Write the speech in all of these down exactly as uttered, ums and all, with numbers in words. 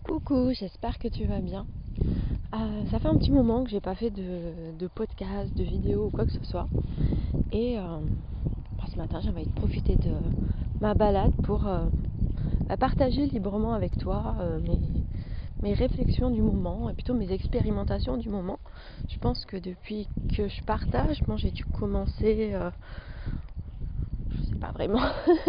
Coucou, j'espère que tu vas bien. Euh, ça fait un petit moment que j'ai pas fait de, de podcast, de vidéo ou quoi que ce soit. Et euh, bah, ce matin, j'avais envie de profiter de ma balade pour euh, bah, partager librement avec toi euh, mes, mes réflexions du moment et plutôt mes expérimentations du moment. Je pense que depuis que je partage, bon, j'ai dû commencer, euh, je sais pas vraiment,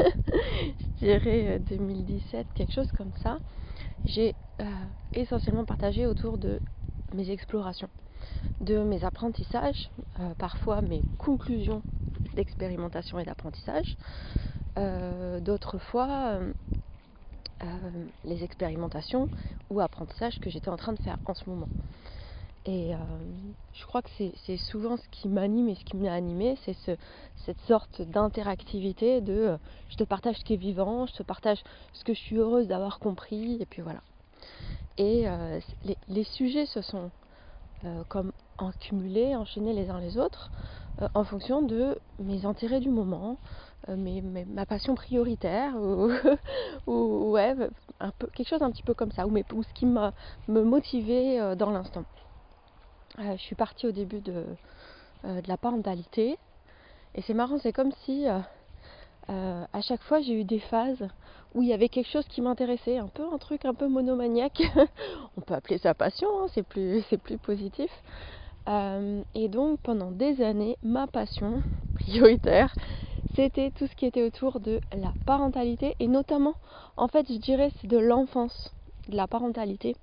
je dirais deux mille dix-sept, quelque chose comme ça. J'ai euh, essentiellement partagé autour de mes explorations, de mes apprentissages, euh, parfois mes conclusions d'expérimentation et d'apprentissage, euh, d'autres fois euh, euh, les expérimentations ou apprentissages que j'étais en train de faire en ce moment. Et euh, je crois que c'est, c'est souvent ce qui m'anime et ce qui m'a animé, c'est ce, cette sorte d'interactivité de euh, je te partage ce qui est vivant, je te partage ce que je suis heureuse d'avoir compris, et puis voilà. Et euh, les, les sujets se sont euh, comme accumulés, enchaînés les uns les autres, euh, en fonction de mes intérêts du moment, euh, mes, mes, ma passion prioritaire, ou, ou ouais, un peu, quelque chose un petit peu comme ça, ou, mes, ou ce qui m'a, me motivait euh, dans l'instant. Euh, je suis partie au début de, euh, de la parentalité, et c'est marrant, c'est comme si euh, euh, à chaque fois j'ai eu des phases où il y avait quelque chose qui m'intéressait, un peu un truc un peu monomaniaque. On peut appeler ça passion, hein, c'est plus, c'est plus positif. Euh, et donc pendant des années, ma passion prioritaire, c'était tout ce qui était autour de la parentalité, et notamment, en fait, je dirais, c'est de l'enfance, de la parentalité,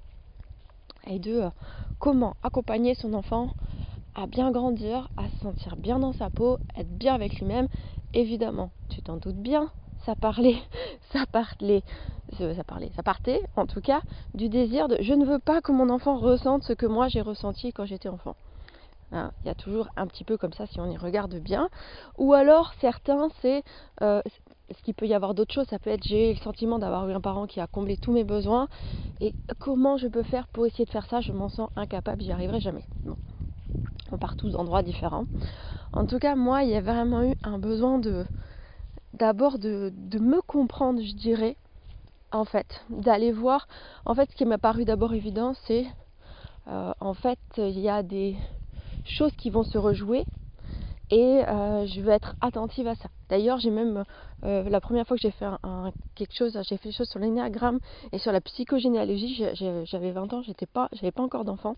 et de euh, comment accompagner son enfant à bien grandir, à se sentir bien dans sa peau, être bien avec lui-même. Évidemment, tu t'en doutes bien, ça parlait, ça parlait, ça parlait, ça partait en tout cas du désir de je ne veux pas que mon enfant ressente ce que moi j'ai ressenti quand j'étais enfant. Hein, il y a toujours un petit peu comme ça si on y regarde bien. Ou alors certains, c'est euh, ce qu'il peut y avoir d'autres choses, ça peut être j'ai le sentiment d'avoir eu un parent qui a comblé tous mes besoins et comment je peux faire pour essayer de faire ça, je m'en sens incapable, j'y arriverai jamais. Bon. On part tous d'endroits différents. En tout cas, moi, il y a vraiment eu un besoin de d'abord de, de me comprendre, je dirais, en fait, d'aller voir. En fait, ce qui m'a paru d'abord évident, c'est euh, en fait, il y a des choses qui vont se rejouer et euh, je vais être attentive à ça. D'ailleurs, j'ai même euh, la première fois que j'ai fait un, un, quelque chose, j'ai fait des choses sur l'énéagramme et sur la psychogénéalogie. J'ai, j'ai, j'avais vingt ans, j'étais pas, j'avais pas encore d'enfant.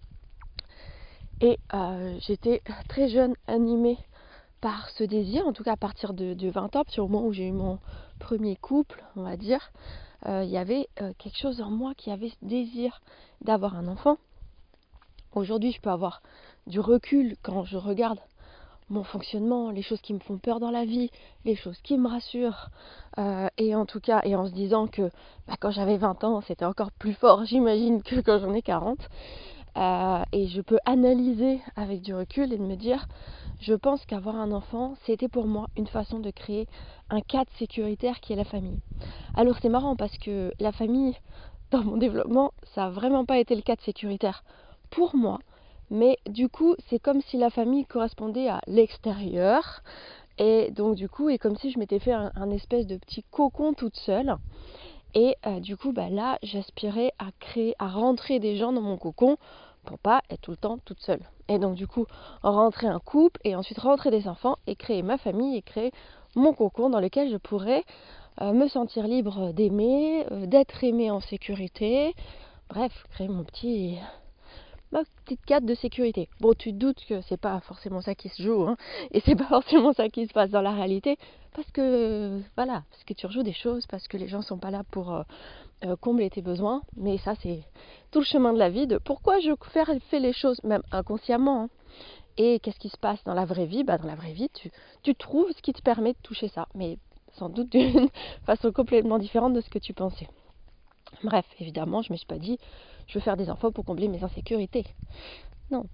Et euh, j'étais très jeune, animée par ce désir, en tout cas à partir de, de vingt ans, au moment où j'ai eu mon premier couple, on va dire, euh, il y avait euh, quelque chose en moi qui avait ce désir d'avoir un enfant. Aujourd'hui, je peux avoir du recul quand je regarde mon fonctionnement, les choses qui me font peur dans la vie, les choses qui me rassurent, euh, et en tout cas, et en se disant que bah, quand j'avais vingt ans, c'était encore plus fort, j'imagine, que quand j'en ai quarante. Euh, et je peux analyser avec du recul et de me dire, je pense qu'avoir un enfant, c'était pour moi une façon de créer un cadre sécuritaire qui est la famille. Alors c'est marrant parce que la famille, dans mon développement, ça n'a vraiment pas été le cadre sécuritaire pour moi. Mais du coup, c'est comme si la famille correspondait à l'extérieur. Et donc du coup, et comme si je m'étais fait un, un espèce de petit cocon toute seule. Et euh, du coup, bah, là, j'aspirais à créer, à rentrer des gens dans mon cocon pour pas être tout le temps toute seule. Et donc du coup, rentrer un couple et ensuite rentrer des enfants et créer ma famille et créer mon cocon dans lequel je pourrais euh, me sentir libre d'aimer, euh, d'être aimée en sécurité. Bref, créer mon petit, ma petite cadre de sécurité. Bon, tu te doutes que c'est pas forcément ça qui se joue, hein, et c'est pas forcément ça qui se passe dans la réalité, parce que voilà, parce que tu rejoues des choses, parce que les gens sont pas là pour euh, euh, combler tes besoins, mais ça c'est tout le chemin de la vie de pourquoi je fais les choses, même inconsciemment, hein. Et qu'est-ce qui se passe dans la vraie vie? Bah, dans la vraie vie, tu, tu trouves ce qui te permet de toucher ça, mais sans doute d'une façon complètement différente de ce que tu pensais. Bref, évidemment, je me suis pas dit je veux faire des enfants pour combler mes insécurités. Non.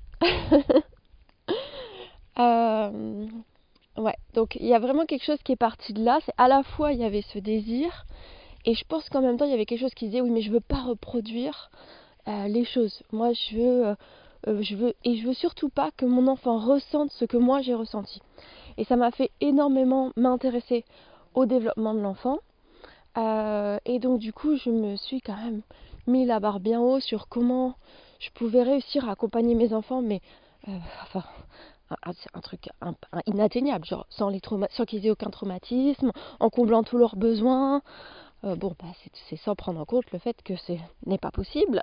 euh, ouais, donc il y a vraiment quelque chose qui est parti de là. C'est à la fois il y avait ce désir, et je pense qu'en même temps il y avait quelque chose qui disait oui, mais je veux pas reproduire euh, les choses. Moi, je veux, euh, euh, je veux, et je veux surtout pas que mon enfant ressente ce que moi j'ai ressenti. Et ça m'a fait énormément m'intéresser au développement de l'enfant. Euh, et donc du coup, je me suis quand même mis la barre bien haut sur comment je pouvais réussir à accompagner mes enfants, mais euh, enfin, un, un truc un, un inatteignable, genre sans, les trauma- sans qu'ils aient aucun traumatisme, en comblant tous leurs besoins. Euh, bon, bah, c'est sans prendre en compte le fait que ce n'est pas possible.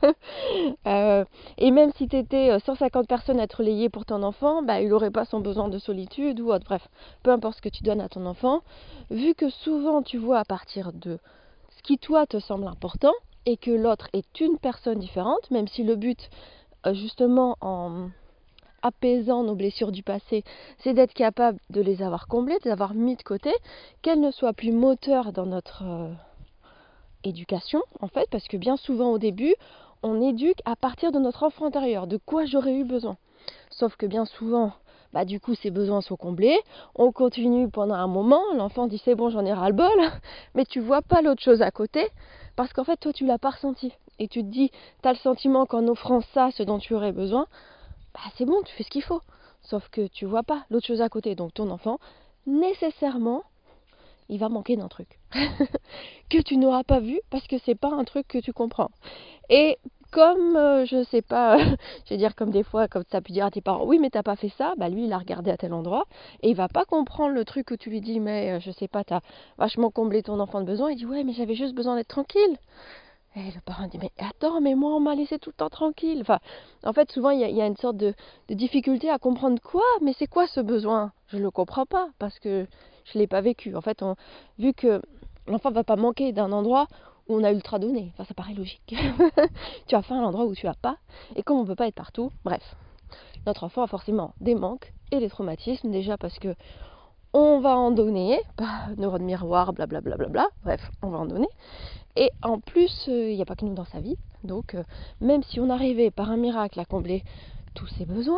euh, et même si tu étais cent cinquante personnes à être relayées pour ton enfant, bah, il n'aurait pas son besoin de solitude ou autre. Bref, peu importe ce que tu donnes à ton enfant, vu que souvent tu vois à partir de ce qui toi te semble important et que l'autre est une personne différente, même si le but, euh, justement, en apaisant nos blessures du passé, c'est d'être capable de les avoir comblées, de les avoir mis de côté, qu'elles ne soient plus moteurs dans notre euh, éducation, en fait, parce que bien souvent au début, on éduque à partir de notre enfant intérieur, de quoi j'aurais eu besoin. Sauf que bien souvent, bah du coup, ces besoins sont comblés, on continue pendant un moment, l'enfant dit c'est bon, j'en ai ras-le-bol, mais tu vois pas l'autre chose à côté, parce qu'en fait, toi, tu l'as pas ressenti. Et tu te dis, tu as le sentiment qu'en offrant ça, ce dont tu aurais besoin, bah c'est bon, tu fais ce qu'il faut. Sauf que tu vois pas l'autre chose à côté. Donc ton enfant, nécessairement, il va manquer d'un truc que tu n'auras pas vu parce que c'est pas un truc que tu comprends. Et comme, euh, je sais pas, je vais dire comme des fois, comme tu as pu dire à tes parents, oui mais t'as pas fait ça, bah lui il a regardé à tel endroit et il va pas comprendre le truc que tu lui dis, mais euh, je sais pas, t'as vachement comblé ton enfant de besoin, il dit ouais mais j'avais juste besoin d'être tranquille. Et le parent dit mais attends, mais moi on m'a laissé tout le temps tranquille. Enfin, en fait souvent il y, y a une sorte de, de difficulté à comprendre quoi, mais c'est quoi ce besoin? Je le comprends pas parce que je l'ai pas vécu. En fait, on, vu que l'enfant va pas manquer d'un endroit où on a ultra donné, enfin ça paraît logique. Tu as faim à l'endroit où tu as pas, et comme on peut pas être partout, bref, notre enfant a forcément des manques et des traumatismes déjà parce que on va en donner, bah, neurones miroirs, blablabla, bla bla bla, bref, on va en donner. Et en plus, il euh, n'y a pas que nous dans sa vie. Donc, euh, même si on arrivait par un miracle à combler tous ses besoins,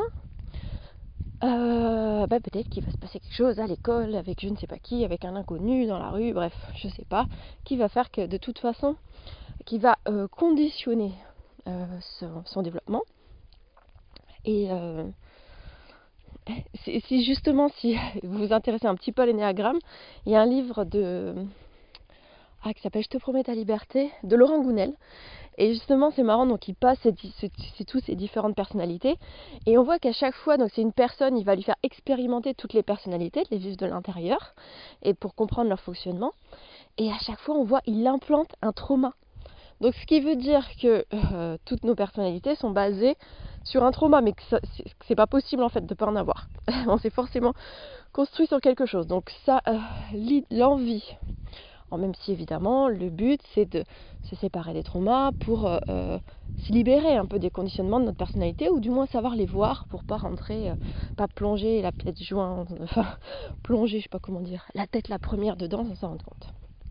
euh, bah, peut-être qu'il va se passer quelque chose à l'école, avec je ne sais pas qui, avec un inconnu dans la rue, bref, je sais pas, qui va faire que de toute façon, qui va euh, conditionner euh, son, son développement. Et euh, si justement, si vous vous intéressez un petit peu à l'énéagramme, il y a un livre de ah, qui s'appelle Je te promets ta liberté de Laurent Gounel. Et justement, c'est marrant, donc il passe c'est tous ces différentes personnalités. Et on voit qu'à chaque fois, donc c'est une personne, il va lui faire expérimenter toutes les personnalités, les vivre de l'intérieur, et pour comprendre leur fonctionnement. Et à chaque fois, on voit, il implante un trauma. Donc ce qui veut dire que euh, toutes nos personnalités sont basées sur un trauma, mais que c'est pas possible en fait de ne pas en avoir. On s'est forcément construit sur quelque chose. Donc ça, euh, l'envie. Même si évidemment le but c'est de se séparer des traumas pour euh, euh, se libérer un peu des conditionnements de notre personnalité ou du moins savoir les voir pour pas rentrer, euh, pas plonger la tête jointe, enfin plonger je sais pas comment dire, la tête la première dedans sans s'en rendre compte.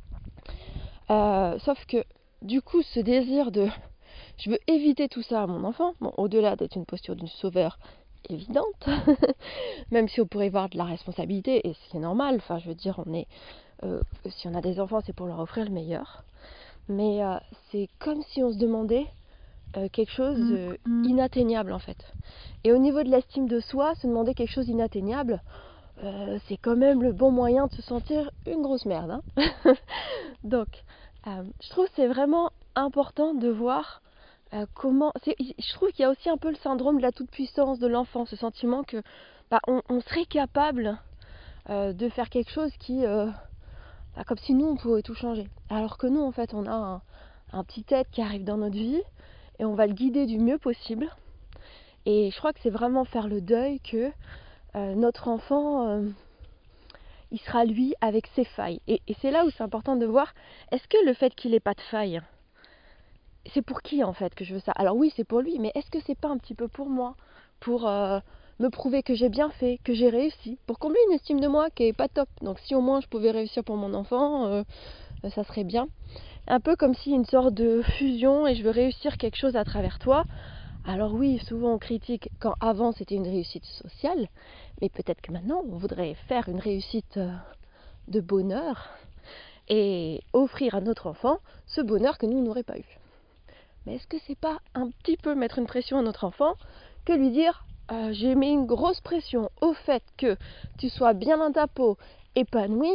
Euh, sauf que du coup ce désir de je veux éviter tout ça à mon enfant, bon, au-delà d'être une posture d'une sauveur évidente, même si on pourrait voir de la responsabilité, et ce qui est normal, enfin je veux dire on est Euh, si on a des enfants, c'est pour leur offrir le meilleur. Mais euh, c'est comme si on se demandait euh, quelque chose euh, inatteignable en fait. Et au niveau de l'estime de soi, se demander quelque chose d'inatteignable, euh, c'est quand même le bon moyen de se sentir une grosse merde. Hein. Donc, euh, je trouve que c'est vraiment important de voir euh, comment... Je trouve qu'il y a aussi un peu le syndrome de la toute-puissance de l'enfant, ce sentiment que bah, on, on serait capable euh, de faire quelque chose qui... Euh, comme si nous on pouvait tout changer. Alors que nous en fait on a un, un petit être qui arrive dans notre vie et on va le guider du mieux possible. Et je crois que c'est vraiment faire le deuil que euh, notre enfant euh, il sera lui avec ses failles. Et, et c'est là où c'est important de voir, est-ce que le fait qu'il n'ait pas de failles, c'est pour qui en fait que je veux ça? Alors oui c'est pour lui, mais est-ce que c'est pas un petit peu pour moi? Pour euh, me prouver que j'ai bien fait, que j'ai réussi, pour combler une estime de moi qui est pas top. Donc si au moins je pouvais réussir pour mon enfant, euh, ça serait bien. Un peu comme si une sorte de fusion et je veux réussir quelque chose à travers toi. Alors oui, souvent on critique quand avant c'était une réussite sociale, mais peut-être que maintenant on voudrait faire une réussite de bonheur et offrir à notre enfant ce bonheur que nous n'aurions pas eu. Mais est-ce que c'est pas un petit peu mettre une pression à notre enfant que lui dire euh, j'ai mis une grosse pression au fait que tu sois bien dans ta peau, épanoui,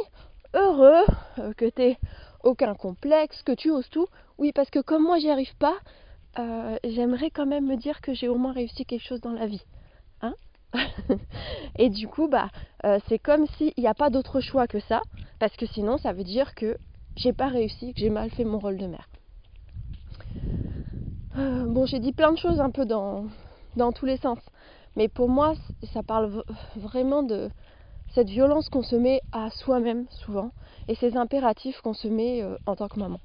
heureux, euh, que t'aies aucun complexe, que tu oses tout. Oui, parce que comme moi j'y arrive pas, euh, j'aimerais quand même me dire que j'ai au moins réussi quelque chose dans la vie. Hein. Et du coup, bah, euh, c'est comme s'il n'y a pas d'autre choix que ça, parce que sinon ça veut dire que j'ai pas réussi, que j'ai mal fait mon rôle de mère. Euh, bon, j'ai dit plein de choses un peu dans, dans tous les sens, mais pour moi, ça parle vraiment de cette violence qu'on se met à soi-même souvent, et ces impératifs qu'on se met euh, en tant que maman.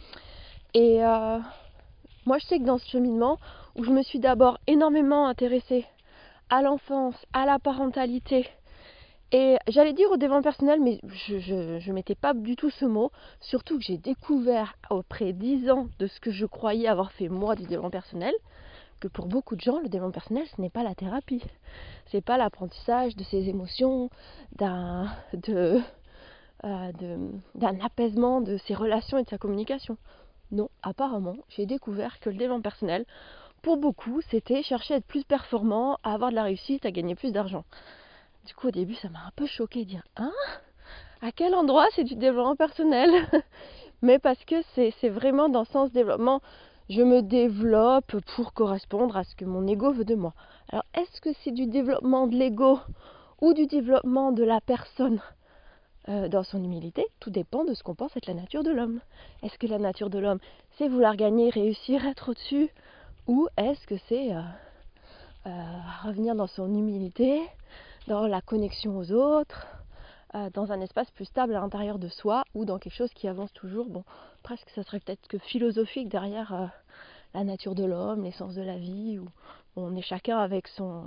Et euh, moi, je sais que dans ce cheminement, où je me suis d'abord énormément intéressée à l'enfance, à la parentalité, et j'allais dire au développement personnel, mais je ne mettais pas du tout ce mot, surtout que j'ai découvert après dix ans de ce que je croyais avoir fait moi du développement personnel, que pour beaucoup de gens, le développement personnel, ce n'est pas la thérapie. C'est pas l'apprentissage de ses émotions, d'un, de, euh, de, d'un apaisement de ses relations et de sa communication. Non, apparemment, j'ai découvert que le développement personnel, pour beaucoup, c'était chercher à être plus performant, à avoir de la réussite, à gagner plus d'argent. Du coup, au début, ça m'a un peu choquée de dire « Hein ? À quel endroit c'est du développement personnel ?» Mais parce que c'est, c'est vraiment dans ce sens développement, je me développe pour correspondre à ce que mon ego veut de moi. Alors, est-ce que c'est du développement de l'ego ou du développement de la personne euh, dans son humilité? Tout dépend de ce qu'on pense être la nature de l'homme. Est-ce que la nature de l'homme, c'est vouloir gagner, réussir, être au-dessus? Ou est-ce que c'est euh, euh, revenir dans son humilité, dans la connexion aux autres, euh, dans un espace plus stable à l'intérieur de soi, ou dans quelque chose qui avance toujours? Bon, presque ça serait peut-être que philosophique derrière euh, la nature de l'homme, l'essence de la vie, où on est chacun avec son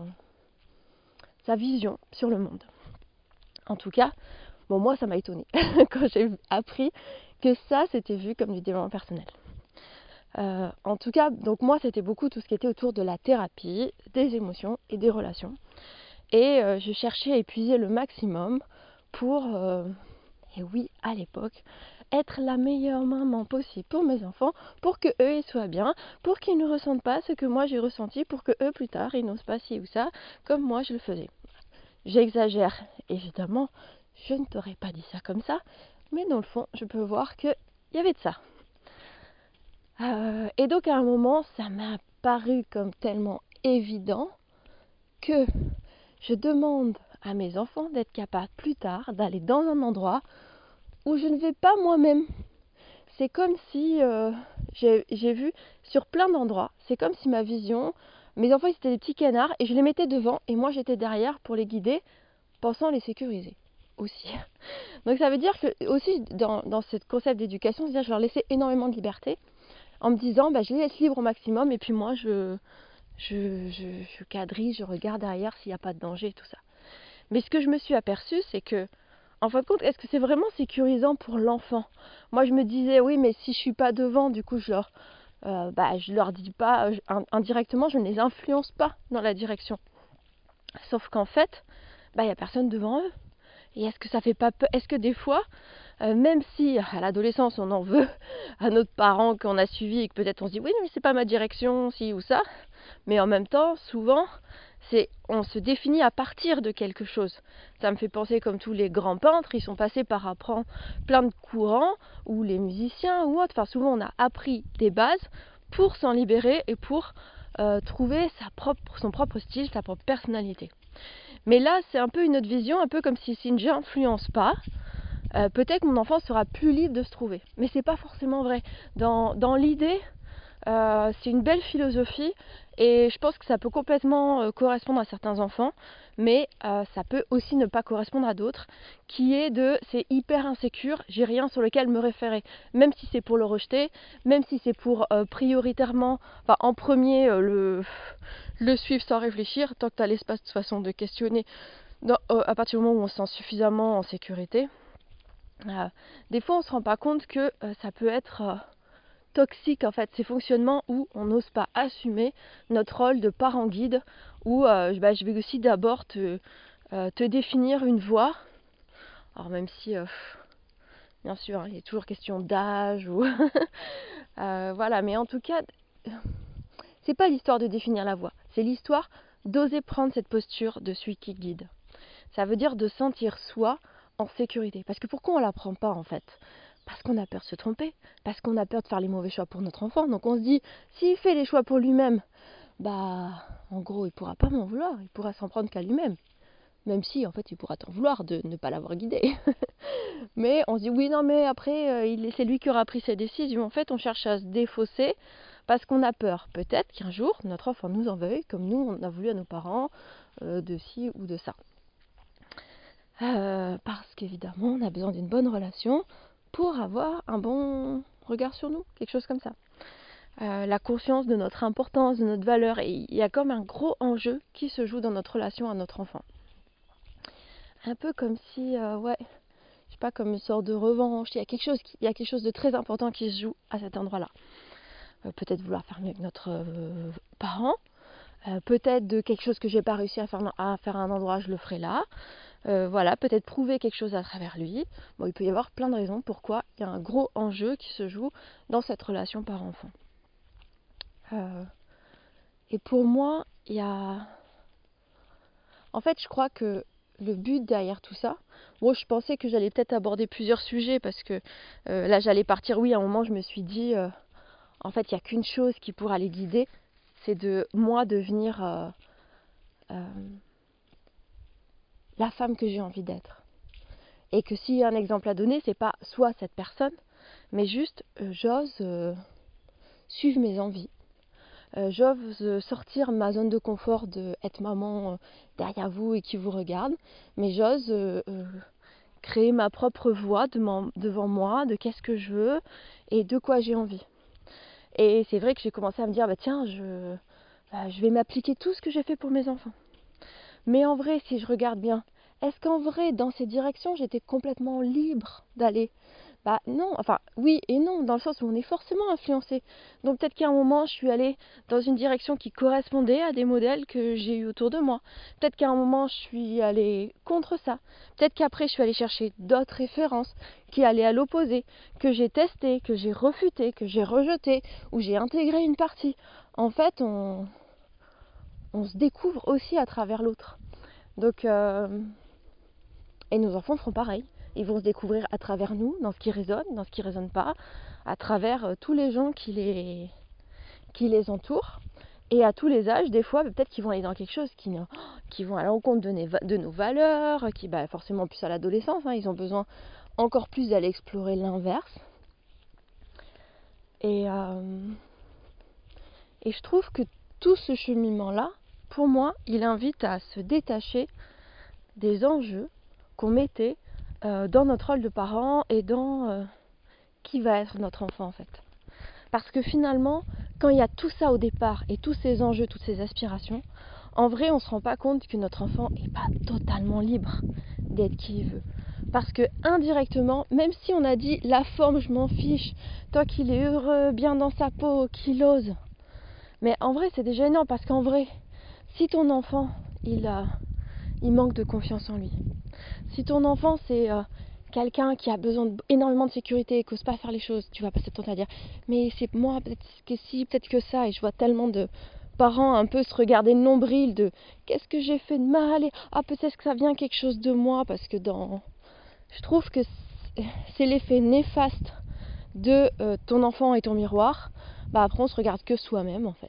sa vision sur le monde. En tout cas, bon, moi ça m'a étonnée quand j'ai appris que ça c'était vu comme du développement personnel. Euh, en tout cas, donc moi c'était beaucoup tout ce qui était autour de la thérapie, des émotions et des relations. Et euh, je cherchais à épuiser le maximum pour, euh, et oui, à l'époque, être la meilleure maman possible pour mes enfants, pour que eux ils soient bien, pour qu'ils ne ressentent pas ce que moi j'ai ressenti, pour que eux plus tard ils n'osent pas ci ou ça, comme moi je le faisais. J'exagère, évidemment, je ne t'aurais pas dit ça comme ça, mais dans le fond, je peux voir qu'il y avait de ça. Euh, et donc à un moment, ça m'a paru comme tellement évident que je demande à mes enfants d'être capables plus tard d'aller dans un endroit où je ne vais pas moi-même. C'est comme si euh, j'ai, j'ai vu sur plein d'endroits, c'est comme si ma vision, mes enfants ils étaient des petits canards et je les mettais devant et moi j'étais derrière pour les guider, pensant les sécuriser aussi. Donc ça veut dire que aussi dans, dans ce concept d'éducation, c'est-à-dire je leur laissais énormément de liberté en me disant bah, je les laisse libres au maximum et puis moi je, je, je, je quadrille, je regarde derrière s'il n'y a pas de danger et tout ça. Mais ce que je me suis aperçue, c'est que, en fin de compte, est-ce que c'est vraiment sécurisant pour l'enfant? Moi, je me disais, oui, mais si je suis pas devant, du coup, je leur, euh, bah, je leur dis pas, euh, indirectement, je ne les influence pas dans la direction. Sauf qu'en fait, bah, il n'y a personne devant eux. Et est-ce que ça fait pas peur? Est-ce que des fois, euh, même si à l'adolescence, on en veut à notre parent qu'on a suivi et que peut-être on se dit, oui, mais c'est pas ma direction, ci ou ça, mais en même temps, souvent, c'est, on se définit à partir de quelque chose. Ça me fait penser comme tous les grands peintres, ils sont passés par apprendre plein de courants, ou les musiciens ou autres. Enfin, souvent on a appris des bases pour s'en libérer et pour euh, trouver sa propre, son propre style, sa propre personnalité. Mais là, c'est un peu une autre vision, un peu comme si, si je n'influence pas, euh, peut-être que mon enfant sera plus libre de se trouver. Mais c'est pas forcément vrai. Dans, dans l'idée, Euh, c'est une belle philosophie et je pense que ça peut complètement euh, correspondre à certains enfants, mais euh, ça peut aussi ne pas correspondre à d'autres, qui est de c'est hyper insécure, j'ai rien sur lequel me référer, même si c'est pour le rejeter, même si c'est pour euh, prioritairement, enfin en premier euh, le, le suivre sans réfléchir, tant que tu as l'espace de toute façon de questionner dans, euh, à partir du moment où on se sent suffisamment en sécurité. Euh, des fois on se rend pas compte que euh, ça peut être... Euh, toxique en fait, ces fonctionnements où on n'ose pas assumer notre rôle de parent guide, où euh, bah, je vais aussi d'abord te, euh, te définir une voie. Alors même si, euh, bien sûr, hein, il est toujours question d'âge ou euh, voilà, mais en tout cas, c'est pas l'histoire de définir la voie, c'est l'histoire d'oser prendre cette posture de celui qui guide. Ça veut dire de sentir soi en sécurité. Parce que pourquoi on ne l'apprend pas en fait? Parce qu'on a peur de se tromper, parce qu'on a peur de faire les mauvais choix pour notre enfant. Donc on se dit, s'il fait les choix pour lui-même, bah en gros il pourra pas m'en vouloir, il pourra s'en prendre qu'à lui-même. Même si en fait il pourra t'en vouloir de ne pas l'avoir guidé. Mais on se dit oui non mais après euh, il, c'est lui qui aura pris ses décisions. En fait on cherche à se défausser parce qu'on a peur. Peut-être qu'un jour notre enfant nous en veuille comme nous on a voulu à nos parents euh, de ci ou de ça. Euh, parce qu'évidemment on a besoin d'une bonne relation pour avoir un bon regard sur nous, quelque chose comme ça. Euh, la conscience de notre importance, de notre valeur, et il y a comme un gros enjeu qui se joue dans notre relation à notre enfant. Un peu comme si, euh, ouais, je sais pas, comme une sorte de revanche, il y a quelque chose, qui, il y a quelque chose de très important qui se joue à cet endroit-là. Euh, peut-être vouloir faire mieux avec notre euh, parent, euh, peut-être de quelque chose que j'ai pas réussi à faire, à faire à un endroit, je le ferai là. Euh, voilà, peut-être prouver quelque chose à travers lui. Bon, il peut y avoir plein de raisons pourquoi il y a un gros enjeu qui se joue dans cette relation parent-enfant. Euh, et pour moi, il y a... En fait, je crois que le but derrière tout ça, moi je pensais que j'allais peut-être aborder plusieurs sujets parce que euh, là j'allais partir, oui, à un moment je me suis dit, euh, en fait, il n'y a qu'une chose qui pourra les guider, c'est de moi devenir euh, euh, la femme que j'ai envie d'être. Et que s'il y a un exemple à donner, c'est pas soit cette personne, mais juste euh, j'ose euh, suivre mes envies. Euh, j'ose sortir ma zone de confort de être maman euh, derrière vous et qui vous regarde, mais j'ose euh, euh, créer ma propre voix de devant moi, de qu'est-ce que je veux et de quoi j'ai envie. Et c'est vrai que j'ai commencé à me dire, bah tiens, je, bah, je vais m'appliquer tout ce que j'ai fait pour mes enfants. Mais en vrai, si je regarde bien, est-ce qu'en vrai, dans ces directions, j'étais complètement libre d'aller? Bah non, enfin oui et non, dans le sens où on est forcément influencé. Donc peut-être qu'à un moment, je suis allée dans une direction qui correspondait à des modèles que j'ai eu autour de moi. Peut-être qu'à un moment, je suis allée contre ça. Peut-être qu'après, je suis allée chercher d'autres références qui allaient à l'opposé, que j'ai testé, que j'ai refuté, que j'ai rejeté, ou j'ai intégré une partie. En fait, on, on se découvre aussi à travers l'autre. Donc, euh... et nos enfants feront pareil. Ils vont se découvrir à travers nous, dans ce qui résonne, dans ce qui ne résonne pas, à travers euh, tous les gens qui les, qui les entourent. Et à tous les âges, des fois, peut-être qu'ils vont aller dans quelque chose qui, qui vont à l'encontre de, de nos valeurs, qui, bah, forcément plus à l'adolescence, hein, ils ont besoin encore plus d'aller explorer l'inverse. Et, euh, et je trouve que tout ce cheminement-là, pour moi, il invite à se détacher des enjeux qu'on mettait euh, dans notre rôle de parent et dans euh, qui va être notre enfant en fait. Parce que finalement, quand il y a tout ça au départ et tous ces enjeux, toutes ces aspirations, en vrai on ne se rend pas compte que notre enfant n'est pas totalement libre d'être qui il veut. Parce que indirectement, même si on a dit la forme je m'en fiche, tant qu'il est heureux, bien dans sa peau, qu'il ose, mais en vrai c'est déjà énorme parce qu'en vrai, si ton enfant il, a, il manque de confiance en lui, si ton enfant c'est euh, quelqu'un qui a besoin d'énormément de sécurité et qui n'ose pas faire les choses, tu vas passer ton temps à dire mais c'est moi, peut-être que si, peut-être que ça, et je vois tellement de parents un peu se regarder le nombril de qu'est-ce que j'ai fait de mal et ah peut-être que ça vient quelque chose de moi parce que dans je trouve que c'est l'effet néfaste de euh, ton enfant et ton miroir. Bah après on se regarde que soi-même en fait.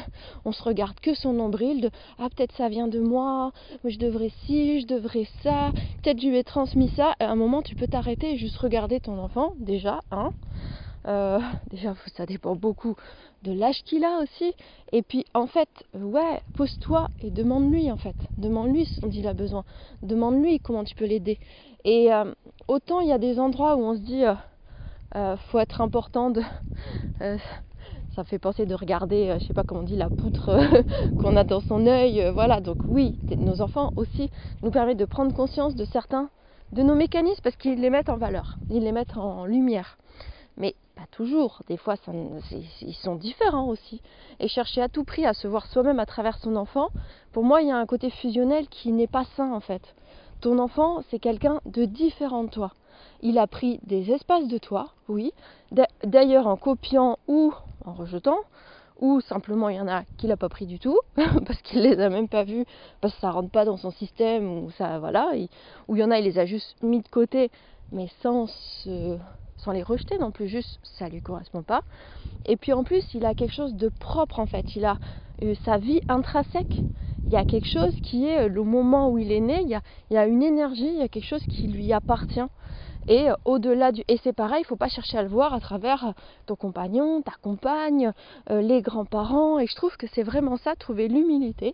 On se regarde que son nombril de ah peut-être ça vient de moi, mais je devrais ci, je devrais ça, peut-être je lui ai transmis ça. À un moment tu peux t'arrêter et juste regarder ton enfant déjà, hein. Euh, déjà ça dépend beaucoup de l'âge qu'il a aussi. Et puis en fait, ouais, pose-toi et demande-lui en fait. Demande-lui ce dont il a besoin. Demande-lui comment tu peux l'aider. Et euh, autant il y a des endroits où on se dit euh, euh, faut être important de... Euh, ça fait penser de regarder, euh, je sais pas comment on dit, la poutre euh, qu'on a dans son œil. Euh, voilà, donc oui, nos enfants aussi nous permettent de prendre conscience de certains de nos mécanismes parce qu'ils les mettent en valeur, ils les mettent en lumière. Mais pas toujours, des fois ça, ils sont différents aussi. Et chercher à tout prix à se voir soi-même à travers son enfant, pour moi il y a un côté fusionnel qui n'est pas sain en fait. Ton enfant c'est quelqu'un de différent de toi. Il a pris des espaces de toi, oui, d'ailleurs en copiant ou en rejetant, ou simplement il y en a qui l'a pas pris du tout, parce qu'il les a même pas vus, parce que ça rentre pas dans son système, ou ça, voilà, il, ou il y en a, il les a juste mis de côté, mais sans, se, sans les rejeter non plus, juste ça lui correspond pas. Et puis en plus, il a quelque chose de propre en fait, il a euh, sa vie intrinsèque. Il y a quelque chose qui est, le moment où il est né, il y a, il y a une énergie, il y a quelque chose qui lui appartient. Et euh, au-delà du... Et c'est pareil, il ne faut pas chercher à le voir à travers ton compagnon, ta compagne, euh, les grands-parents. Et je trouve que c'est vraiment ça, trouver l'humilité,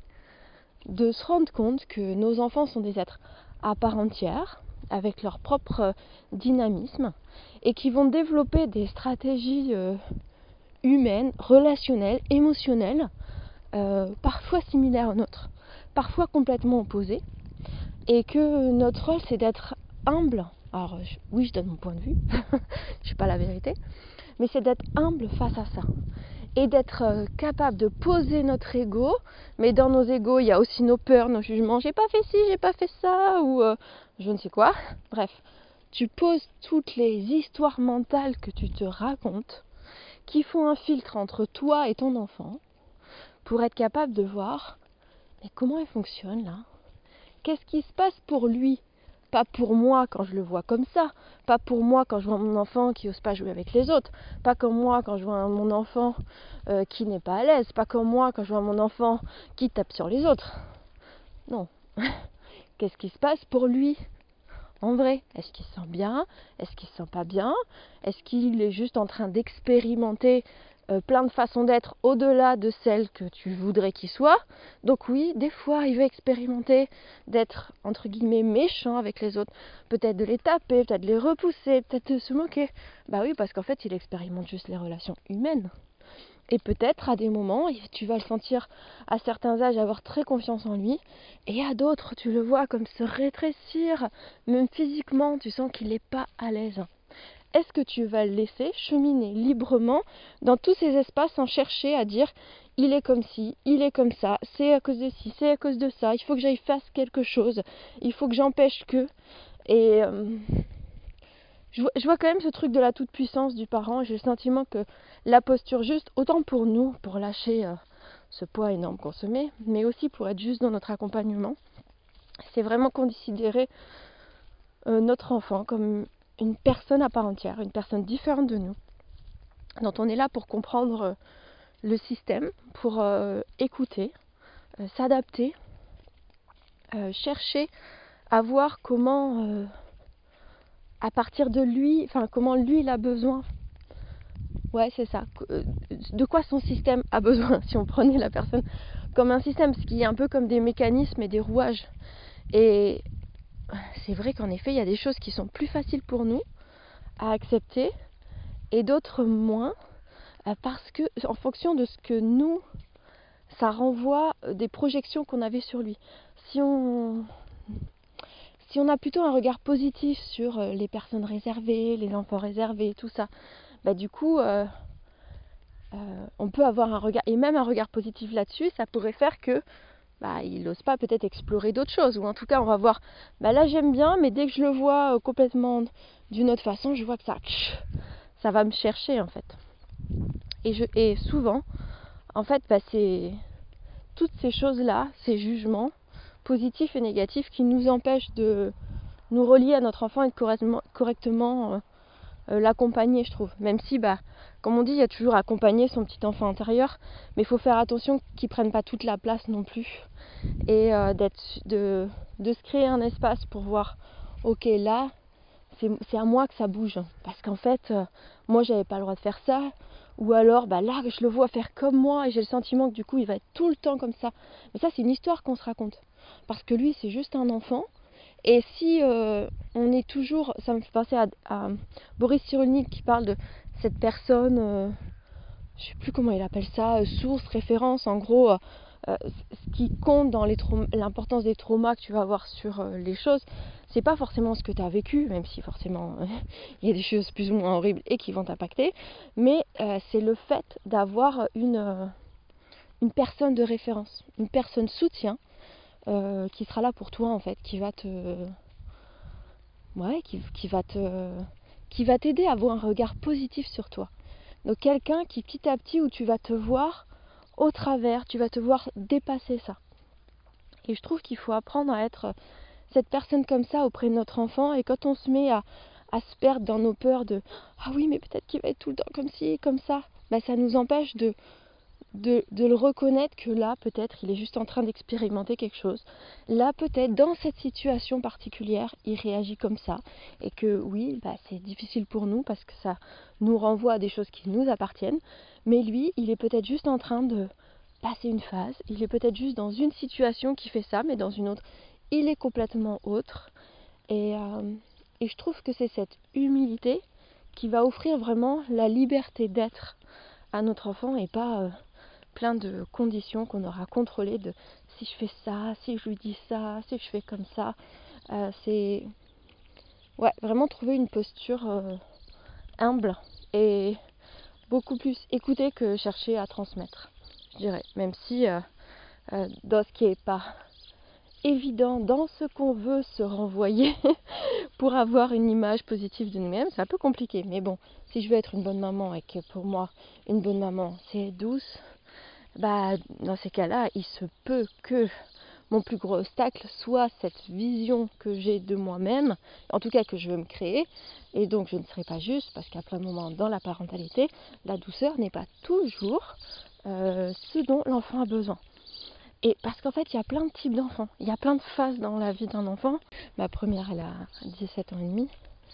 de se rendre compte que nos enfants sont des êtres à part entière, avec leur propre euh, dynamisme, et qui vont développer des stratégies euh, humaines, relationnelles, émotionnelles, euh, parfois similaires aux nôtres, parfois complètement opposées, et que notre rôle c'est d'être humble. Alors je, oui, je donne mon point de vue, je sais pas la vérité, mais c'est d'être humble face à ça et d'être euh, capable de poser notre ego. Mais dans nos égos, il y a aussi nos peurs, nos jugements. J'ai pas fait ci, j'ai pas fait ça, ou euh, je ne sais quoi. Bref, tu poses toutes les histoires mentales que tu te racontes, qui font un filtre entre toi et ton enfant, pour être capable de voir, mais comment il fonctionne là ? Qu'est-ce qui se passe pour lui ? Pas pour moi quand je le vois comme ça, pas pour moi quand je vois mon enfant qui n'ose pas jouer avec les autres, pas comme moi quand je vois mon enfant euh, qui n'est pas à l'aise, pas comme moi quand je vois mon enfant qui tape sur les autres. Non. Qu'est-ce qui se passe pour lui ? En vrai, est-ce qu'il se sent bien ? Est-ce qu'il se sent pas bien ? Est-ce qu'il est juste en train d'expérimenter euh, plein de façons d'être au-delà de celles que tu voudrais qu'il soit ? Donc oui, des fois, il va expérimenter d'être, entre guillemets, méchant avec les autres. Peut-être de les taper, peut-être de les repousser, peut-être de se moquer. Bah oui, parce qu'en fait, il expérimente juste les relations humaines. Et peut-être à des moments, tu vas le sentir à certains âges avoir très confiance en lui, et à d'autres, tu le vois comme se rétrécir, même physiquement, tu sens qu'il n'est pas à l'aise. Est-ce que tu vas le laisser cheminer librement dans tous ces espaces sans chercher à dire il est comme ci, il est comme ça, c'est à cause de ci, c'est à cause de ça, il faut que j'aille faire quelque chose, il faut que j'empêche que... Et... Euh, Je vois, je vois quand même ce truc de la toute-puissance du parent, et j'ai le sentiment que la posture juste, autant pour nous, pour lâcher euh, ce poids énorme qu'on se met, mais aussi pour être juste dans notre accompagnement, c'est vraiment considérer euh, notre enfant comme une personne à part entière, une personne différente de nous, dont on est là pour comprendre euh, le système, pour euh, écouter, euh, s'adapter, euh, chercher à voir comment... Euh, à partir de lui, enfin comment lui il a besoin. Ouais, c'est ça. De quoi son système a besoin, si on prenait la personne comme un système, ce qui est un peu comme des mécanismes et des rouages. Et c'est vrai qu'en effet, il y a des choses qui sont plus faciles pour nous à accepter et d'autres moins, parce que en fonction de ce que nous, ça renvoie des projections qu'on avait sur lui. Si on... Si on a plutôt un regard positif sur les personnes réservées, les enfants réservés, tout ça, bah du coup, euh, euh, on peut avoir un regard, et même un regard positif là-dessus, ça pourrait faire que bah, il n'ose pas peut-être explorer d'autres choses, ou en tout cas on va voir, bah là j'aime bien, mais dès que je le vois euh, complètement d'une autre façon, je vois que ça, ça va me chercher en fait. Et, je, et souvent, en fait, bah, c'est toutes ces choses-là, ces jugements positifs et négatifs qui nous empêchent de nous relier à notre enfant et de correctement, correctement euh, euh, l'accompagner, je trouve. Même si, bah, comme on dit, il y a toujours à accompagner son petit enfant intérieur, mais il faut faire attention qu'il ne prenne pas toute la place non plus. Et euh, d'être, de, de se créer un espace pour voir, ok, là, c'est, c'est à moi que ça bouge. Parce qu'en fait, euh, moi, j'avais pas le droit de faire ça. Ou alors, bah, là, je le vois faire comme moi et j'ai le sentiment que du coup, il va être tout le temps comme ça. Mais ça, c'est une histoire qu'on se raconte. Parce que lui, c'est juste un enfant. Et si euh, on est toujours... Ça me fait penser à, à Boris Cyrulnik qui parle de cette personne... Euh, je sais plus comment il appelle ça, euh, source, référence, en gros... Euh, Euh, ce qui compte dans les traum- l'importance des traumas que tu vas avoir sur euh, les choses, c'est pas forcément ce que tu as vécu, même si forcément euh, il y a des choses plus ou moins horribles et qui vont t'impacter, mais euh, c'est le fait d'avoir une, euh, une personne de référence, une personne soutien euh, qui sera là pour toi en fait, qui va te, ouais, qui, qui va te, qui va t'aider à avoir un regard positif sur toi. Donc quelqu'un qui petit à petit où tu vas te voir au travers, tu vas te voir dépasser ça. Et je trouve qu'il faut apprendre à être cette personne comme ça auprès de notre enfant. Et quand on se met à, à se perdre dans nos peurs de « Ah oui, mais peut-être qu'il va être tout le temps comme ci, comme ça », bah, ça nous empêche de, de, de le reconnaître que là, peut-être, il est juste en train d'expérimenter quelque chose. Là, peut-être, dans cette situation particulière, il réagit comme ça. Et que oui, bah, c'est difficile pour nous parce que ça nous renvoie à des choses qui nous appartiennent. Mais lui, il est peut-être juste en train de passer une phase. Il est peut-être juste dans une situation qui fait ça, mais dans une autre, il est complètement autre. Et, euh, et je trouve que c'est cette humilité qui va offrir vraiment la liberté d'être à notre enfant et pas euh, plein de conditions qu'on aura contrôlées de si je fais ça, si je lui dis ça, si je fais comme ça. Euh, c'est ouais, vraiment trouver une posture euh, humble et beaucoup plus écouter que chercher à transmettre, je dirais. Même si euh, euh, dans ce qui n'est pas évident, dans ce qu'on veut se renvoyer pour avoir une image positive de nous-mêmes, c'est un peu compliqué. Mais bon, si je veux être une bonne maman et que pour moi, une bonne maman, c'est douce, bah dans ces cas-là, il se peut que mon plus gros obstacle soit cette vision que j'ai de moi-même, en tout cas que je veux me créer, et donc je ne serai pas juste, parce qu'à plein moment dans la parentalité, la douceur n'est pas toujours euh, ce dont l'enfant a besoin. Et parce qu'en fait, il y a plein de types d'enfants, il y a plein de phases dans la vie d'un enfant. Ma première, elle a dix-sept ans et demi,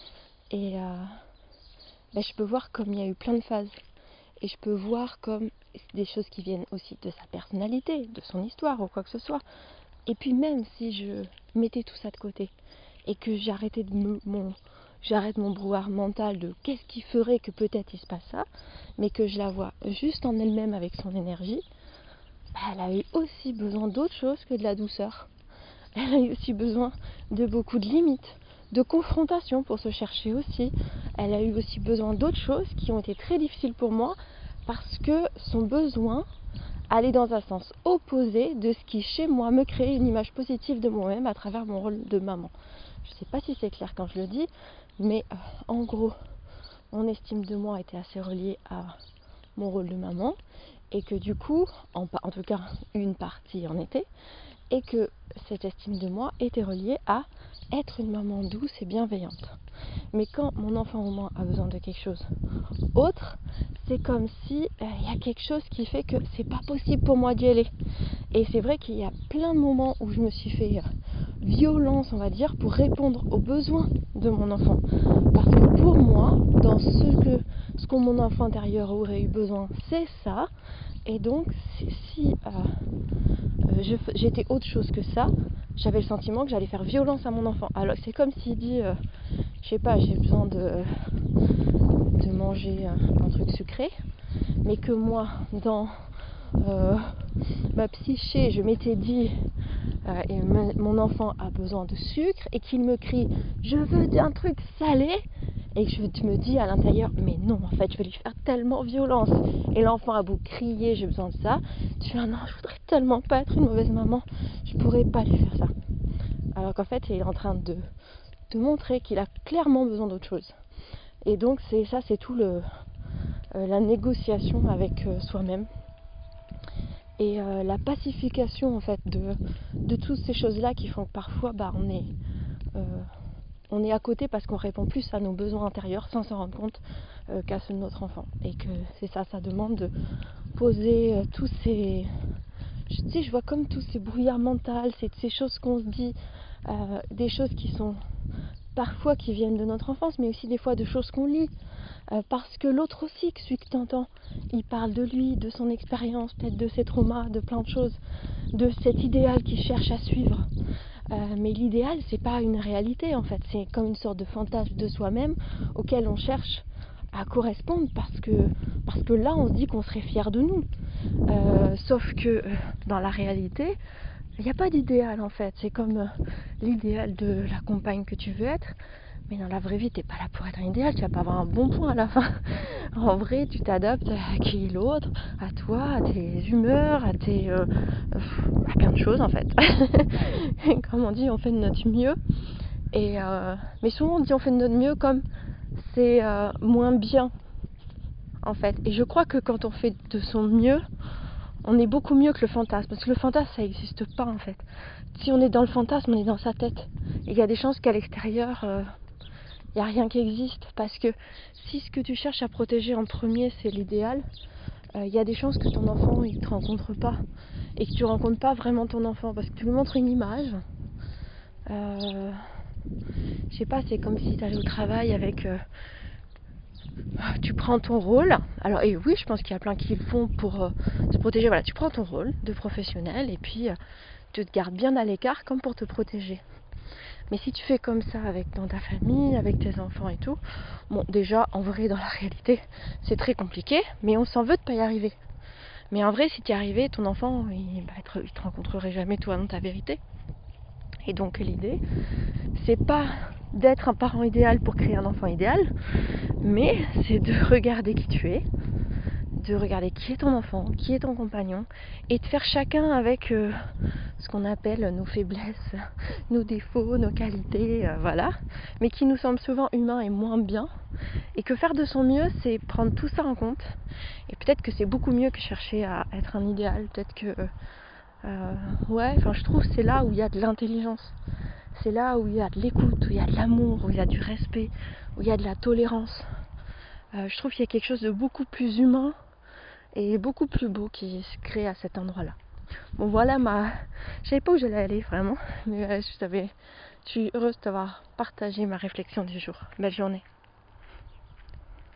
et euh, ben, je peux voir comme il y a eu plein de phases. Et je peux voir comme des choses qui viennent aussi de sa personnalité, de son histoire ou quoi que ce soit. Et puis même si je mettais tout ça de côté et que j'arrêtais de me, mon, j'arrête mon brouhaha mental de qu'est-ce qui ferait que peut-être il se passe ça, mais que je la vois juste en elle-même avec son énergie, bah, elle a eu aussi besoin d'autre chose que de la douceur. Elle a eu aussi besoin de beaucoup de limites, de confrontation pour se chercher aussi. Elle a eu aussi besoin d'autres choses qui ont été très difficiles pour moi parce que son besoin allait dans un sens opposé de ce qui chez moi me créait une image positive de moi-même à travers mon rôle de maman. Je ne sais pas si c'est clair quand je le dis, mais euh, en gros, mon estime de moi était assez reliée à mon rôle de maman et que du coup, en, en tout cas une partie en était, et que cette estime de moi était reliée à être une maman douce et bienveillante. Mais quand mon enfant au moins a besoin de quelque chose autre, c'est comme si il euh, y a quelque chose qui fait que c'est pas possible pour moi d'y aller. Et c'est vrai qu'il y a plein de moments où je me suis fait euh, violence, on va dire, pour répondre aux besoins de mon enfant. Parce que pour moi, dans ce que ce que mon enfant intérieur aurait eu besoin, c'est ça. Et donc, si euh, euh, je, j'étais autre chose que ça, j'avais le sentiment que j'allais faire violence à mon enfant. Alors c'est comme s'il dit, euh, je sais pas, j'ai besoin de, de manger un, un truc sucré, mais que moi, dans euh, ma psyché, je m'étais dit, euh, et me, mon enfant a besoin de sucre, et qu'il me crie, je veux un truc salé, et que je me dis à l'intérieur, mais non, en fait, je vais lui faire tellement violence. Et l'enfant a beau crier, j'ai besoin de ça. Je dis, ah non, je voudrais tellement pas être une mauvaise maman, je pourrais pas lui faire ça. Alors qu'en fait, il est en train de, de montrer qu'il a clairement besoin d'autre chose. Et donc, c'est ça, c'est tout le, euh, la négociation avec euh, soi-même. Et euh, la pacification, en fait, de, de toutes ces choses-là qui font que parfois, bah, on est... Euh, on est à côté parce qu'on répond plus à nos besoins intérieurs sans s'en rendre compte euh, qu'à ceux de notre enfant. Et que c'est ça, ça demande de poser euh, tous ces... Je, tu sais, je vois comme tous ces brouillards mentaux, c'est ces choses qu'on se dit, euh, des choses qui sont parfois qui viennent de notre enfance, mais aussi des fois de choses qu'on lit. Euh, parce que l'autre aussi, celui que tu entends, il parle de lui, de son expérience, peut-être de ses traumas, de plein de choses, de cet idéal qu'il cherche à suivre. Euh, mais l'idéal, c'est pas une réalité en fait, c'est comme une sorte de fantasme de soi-même auquel on cherche à correspondre parce que, parce que là on se dit qu'on serait fier de nous. Euh, sauf que euh, dans la réalité, il n'y a pas d'idéal en fait, c'est comme euh, l'idéal de la compagne que tu veux être. Mais dans la vraie vie, t'es pas là pour être un idéal, tu vas pas avoir un bon point à la fin. En vrai, tu t'adaptes à qui est l'autre, à toi, à tes humeurs, à tes... Euh, à plein de choses en fait. Comme on dit, on fait de notre mieux. Et euh, mais souvent on dit on fait de notre mieux comme c'est euh, moins bien en fait. Et je crois que quand on fait de son mieux, on est beaucoup mieux que le fantasme, parce que le fantasme ça n'existe pas en fait. Si on est dans le fantasme, on est dans sa tête. Et il y a des chances qu'à l'extérieur, il euh, n'y a rien qui existe, parce que si ce que tu cherches à protéger en premier c'est l'idéal, il euh, y a des chances que ton enfant il te rencontre pas, et que tu rencontres pas vraiment ton enfant, parce que tu lui montres une image. Euh, je sais pas, c'est comme si tu allais au travail avec... Euh, tu prends ton rôle, alors et oui je pense qu'il y a plein qui le font pour euh, se protéger, voilà, tu prends ton rôle de professionnel et puis euh, tu te gardes bien à l'écart comme pour te protéger. Mais si tu fais comme ça avec dans ta famille, avec tes enfants et tout, bon déjà en vrai dans la réalité c'est très compliqué, mais on s'en veut de pas y arriver. Mais en vrai si tu y arrivais, ton enfant il, bah, il te rencontrerait jamais toi dans ta vérité. Et donc l'idée c'est pas d'être un parent idéal pour créer un enfant idéal, mais c'est de regarder qui tu es, de regarder qui est ton enfant, qui est ton compagnon, et de faire chacun avec euh, ce qu'on appelle nos faiblesses, nos défauts, nos qualités, euh, voilà, mais qui nous semblent souvent humains et moins bien, et que faire de son mieux, c'est prendre tout ça en compte, et peut-être que c'est beaucoup mieux que chercher à être un idéal, peut-être que, euh, ouais, enfin je trouve que c'est là où il y a de l'intelligence. C'est là où il y a de l'écoute, où il y a de l'amour, où il y a du respect, où il y a de la tolérance. Euh, je trouve qu'il y a quelque chose de beaucoup plus humain et beaucoup plus beau qui se crée à cet endroit-là. Bon voilà ma... Je savais pas où j'allais aller vraiment, mais euh, je savais... Je suis heureuse d'avoir partagé ma réflexion du jour. Belle journée.